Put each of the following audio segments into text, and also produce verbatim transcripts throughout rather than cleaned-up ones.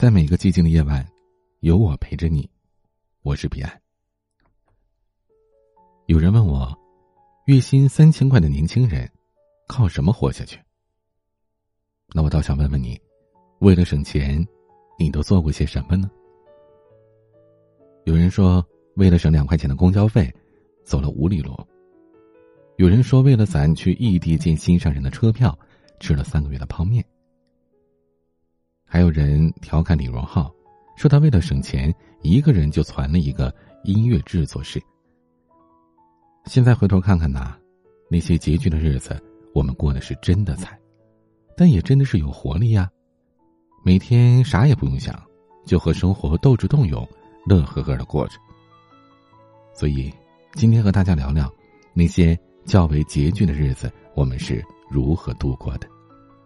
在每个寂静的夜晚，有我陪着你。我是彼岸。有人问我，月薪三千块的年轻人靠什么活下去？那我倒想问问你，为了省钱，你都做过些什么呢？有人说，为了省两块钱的公交费，走了五里路。有人说，为了攒去异地见心上人的车票，吃了三个月的泡面。还有人调侃李荣浩，说他为了省钱，一个人就攒了一个音乐制作室。现在回头看看呐，那些拮据的日子，我们过的是真的惨，但也真的是有活力呀。每天啥也不用想，就和生活斗智斗勇，乐呵呵的过着。所以今天和大家聊聊那些较为拮据的日子，我们是如何度过的。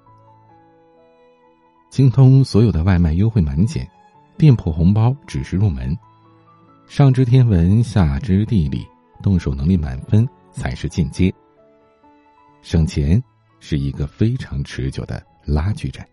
精通所有的外卖优惠满减，店铺红包只是入门，上知天文下知地理，动手能力满分才是进阶。省钱是一个非常持久的拉锯战。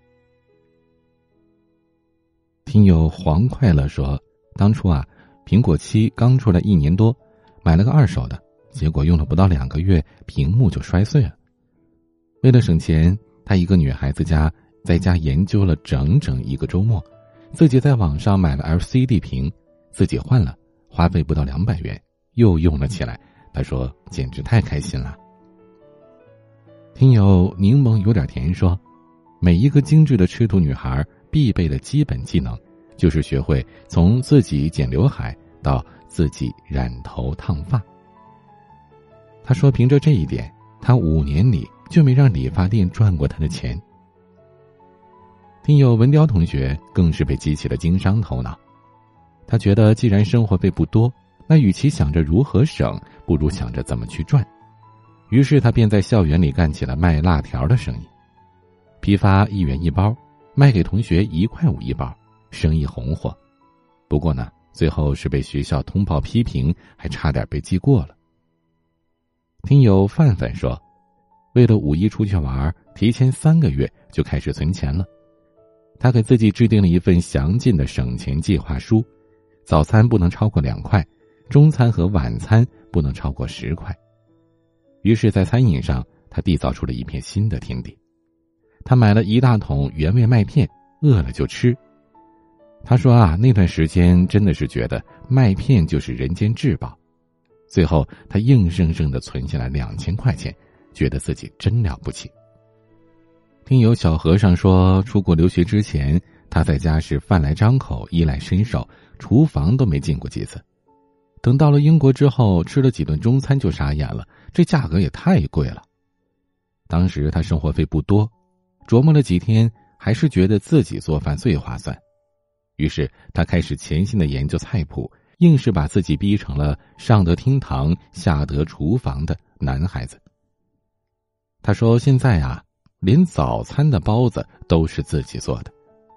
听友黄快乐说，当初啊，苹果七刚出来一年多，买了个二手的，结果用了不到两个月，屏幕就摔碎了。为了省钱，他一个女孩子家在家研究了整整一个周末，自己在网上买了 L C D 屏，自己换了，花费不到两百元，又用了起来。他说简直太开心了。听友柠檬有点甜说，每一个精致的吃土女孩必备的基本技能，就是学会从自己剪刘海到自己染头烫发。他说凭着这一点，他五年里就没让理发店赚过他的钱。听友文雕同学更是被激起了经商头脑，他觉得既然生活费不多，那与其想着如何省，不如想着怎么去赚。于是他便在校园里干起了卖辣条的生意，批发一元一包，卖给同学一块五一包，生意红火。不过呢，最后是被学校通报批评，还差点被记过了。听友范范说，为了五一出去玩，提前三个月就开始存钱了。他给自己制定了一份详尽的省钱计划书，早餐不能超过两块，中餐和晚餐不能超过十块。于是在餐饮上，他缔造出了一片新的天地。他买了一大桶原味麦片，饿了就吃。他说啊，那段时间真的是觉得麦片就是人间至宝。最后他硬生生地存下来两千块钱，觉得自己真了不起。听友小和尚说，出国留学之前，他在家是饭来张口，衣来伸手，厨房都没进过几次。等到了英国之后，吃了几顿中餐就傻眼了，这价格也太贵了。当时他生活费不多，琢磨了几天，还是觉得自己做饭最划算。于是他开始潜心的研究菜谱，硬是把自己逼成了上得厅堂下得厨房的男孩子。他说现在啊，连早餐的包子都是自己做的。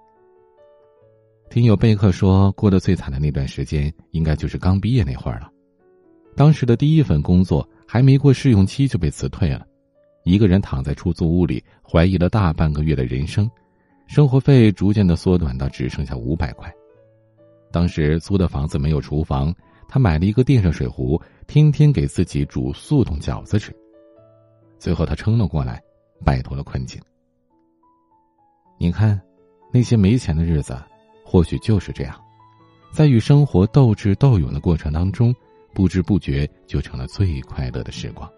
听友贝克说，过得最惨的那段时间应该就是刚毕业那会儿了。当时的第一份工作还没过试用期就被辞退了，一个人躺在出租屋里，怀疑了大半个月的人生，生活费逐渐的缩短到只剩下五百块。当时租的房子没有厨房，他买了一个电热水壶，天天给自己煮速冻饺子吃。最后他撑了过来，摆脱了困境。你看，那些没钱的日子或许就是这样，在与生活斗智斗勇的过程当中，不知不觉就成了最快乐的时光。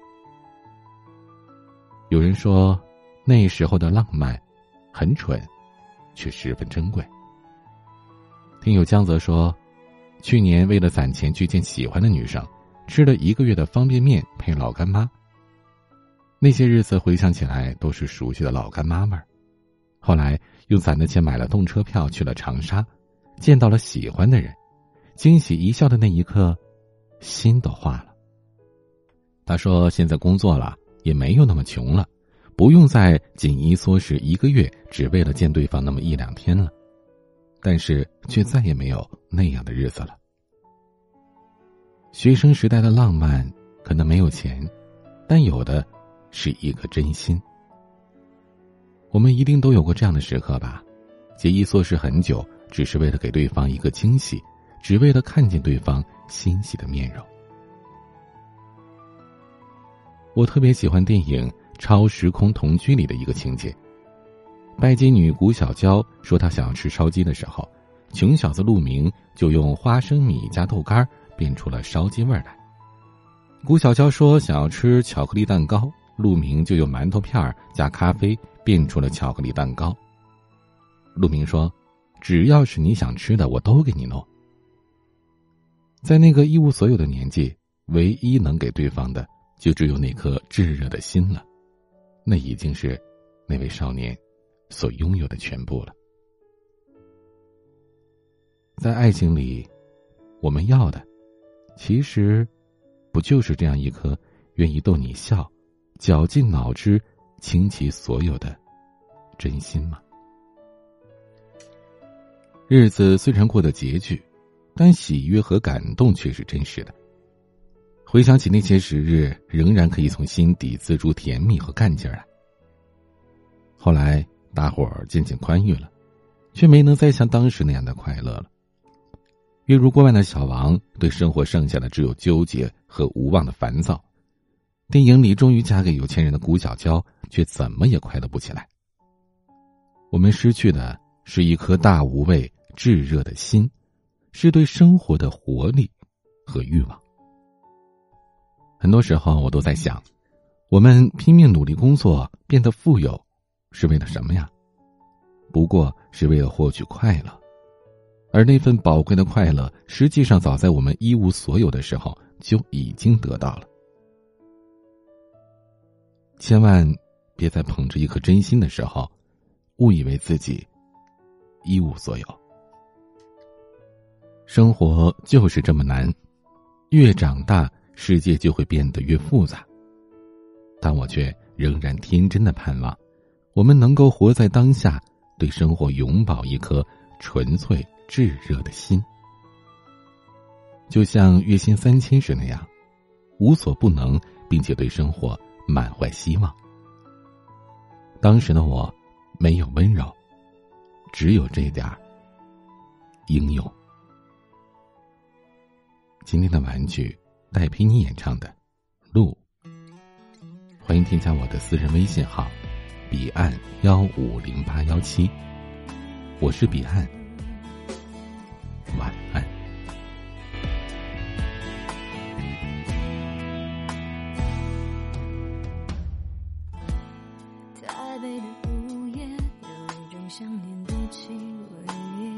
有人说，那时候的浪漫很蠢，却十分珍贵。听友江泽说，去年为了攒钱去见喜欢的女生，吃了一个月的方便面配老干妈。那些日子回想起来都是熟悉的老干妈味儿。后来用攒的钱买了动车票去了长沙，见到了喜欢的人，惊喜一笑的那一刻，心都化了。他说现在工作了，也没有那么穷了，不用再紧衣缩食一个月只为了见对方那么一两天了，但是却再也没有那样的日子了。学生时代的浪漫可能没有钱，但有的是一颗真心。我们一定都有过这样的时刻吧， 节衣缩食很久，只是为了给对方一个惊喜，只为了看见对方欣喜的面容。我特别喜欢电影《超时空同居》里的一个情节。拜金女谷小娇说她想要吃烧鸡的时候，穷小子陆明就用花生米加豆干变出了烧鸡味来。谷小娇说想要吃巧克力蛋糕，陆明就用馒头片加咖啡变出了巧克力蛋糕。陆明说，只要是你想吃的我都给你弄。在那个一无所有的年纪，唯一能给对方的就只有那颗炙热的心了，那已经是那位少年所拥有的全部了。在爱情里，我们要的其实不就是这样一颗愿意逗你笑，绞尽脑汁倾其所有的真心吗？日子虽然过得拮据，但喜悦和感动却是真实的。回想起那些时日，仍然可以从心底自出甜蜜和干劲儿来。后来大伙儿渐渐宽裕了，却没能再像当时那样的快乐了。月入过万的小王对生活剩下的只有纠结和无望的烦躁。电影里终于嫁给有钱人的谷小娇却怎么也快乐不起来。我们失去的是一颗大无畏炙热的心，是对生活的活力和欲望。很多时候我都在想，我们拼命努力工作变得富有是为了什么呀？不过是为了获取快乐，而那份宝贵的快乐实际上早在我们一无所有的时候就已经得到了。千万别在捧着一颗真心的时候误以为自己一无所有。生活就是这么难，越长大世界就会变得越复杂，但我却仍然天真的盼望我们能够活在当下，对生活永葆一颗纯粹炙热的心，就像月薪三千时那样，无所不能，并且对生活满怀希望。当时的我没有温柔，只有这点英勇。今天的玩具戴佩妮演唱的《路》，欢迎添加我的私人微信号彼岸幺五零八幺七，我是彼岸，晚安。 台北的午夜有一种想念的气味，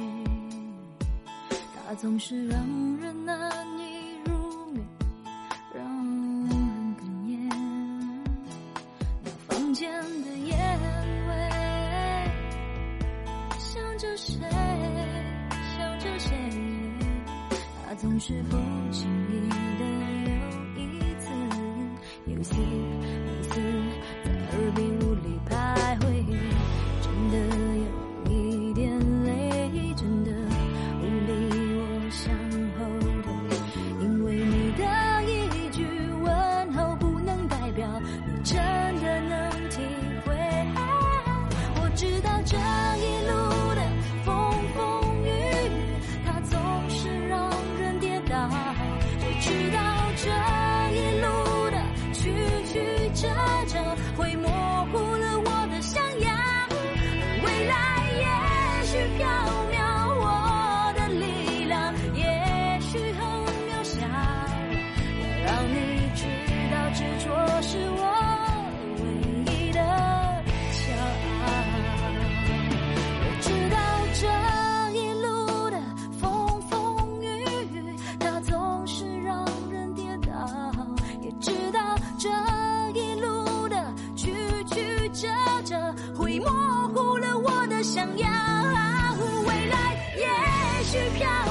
它总是让人难以入眠，让人哽咽。那房间的烟味，想着谁，想着谁，它总是不经意的有一次又一次又一次在耳边无力徘徊，真的有一点累，真的无力我向后退，因为你的一句问候不能代表你真的能体会。我知道这一路的风风雨雨，它总是让人跌倒，也知道这一路的曲曲折折会模糊了我的想要，未来也许缥缈，我的力量也许很渺小，要让你知道执着是我唯一的骄傲。我知道这一路的风风雨雨，它总是让人跌倒，也知道这一路的曲曲折折会模糊了我的想要，未来也许缥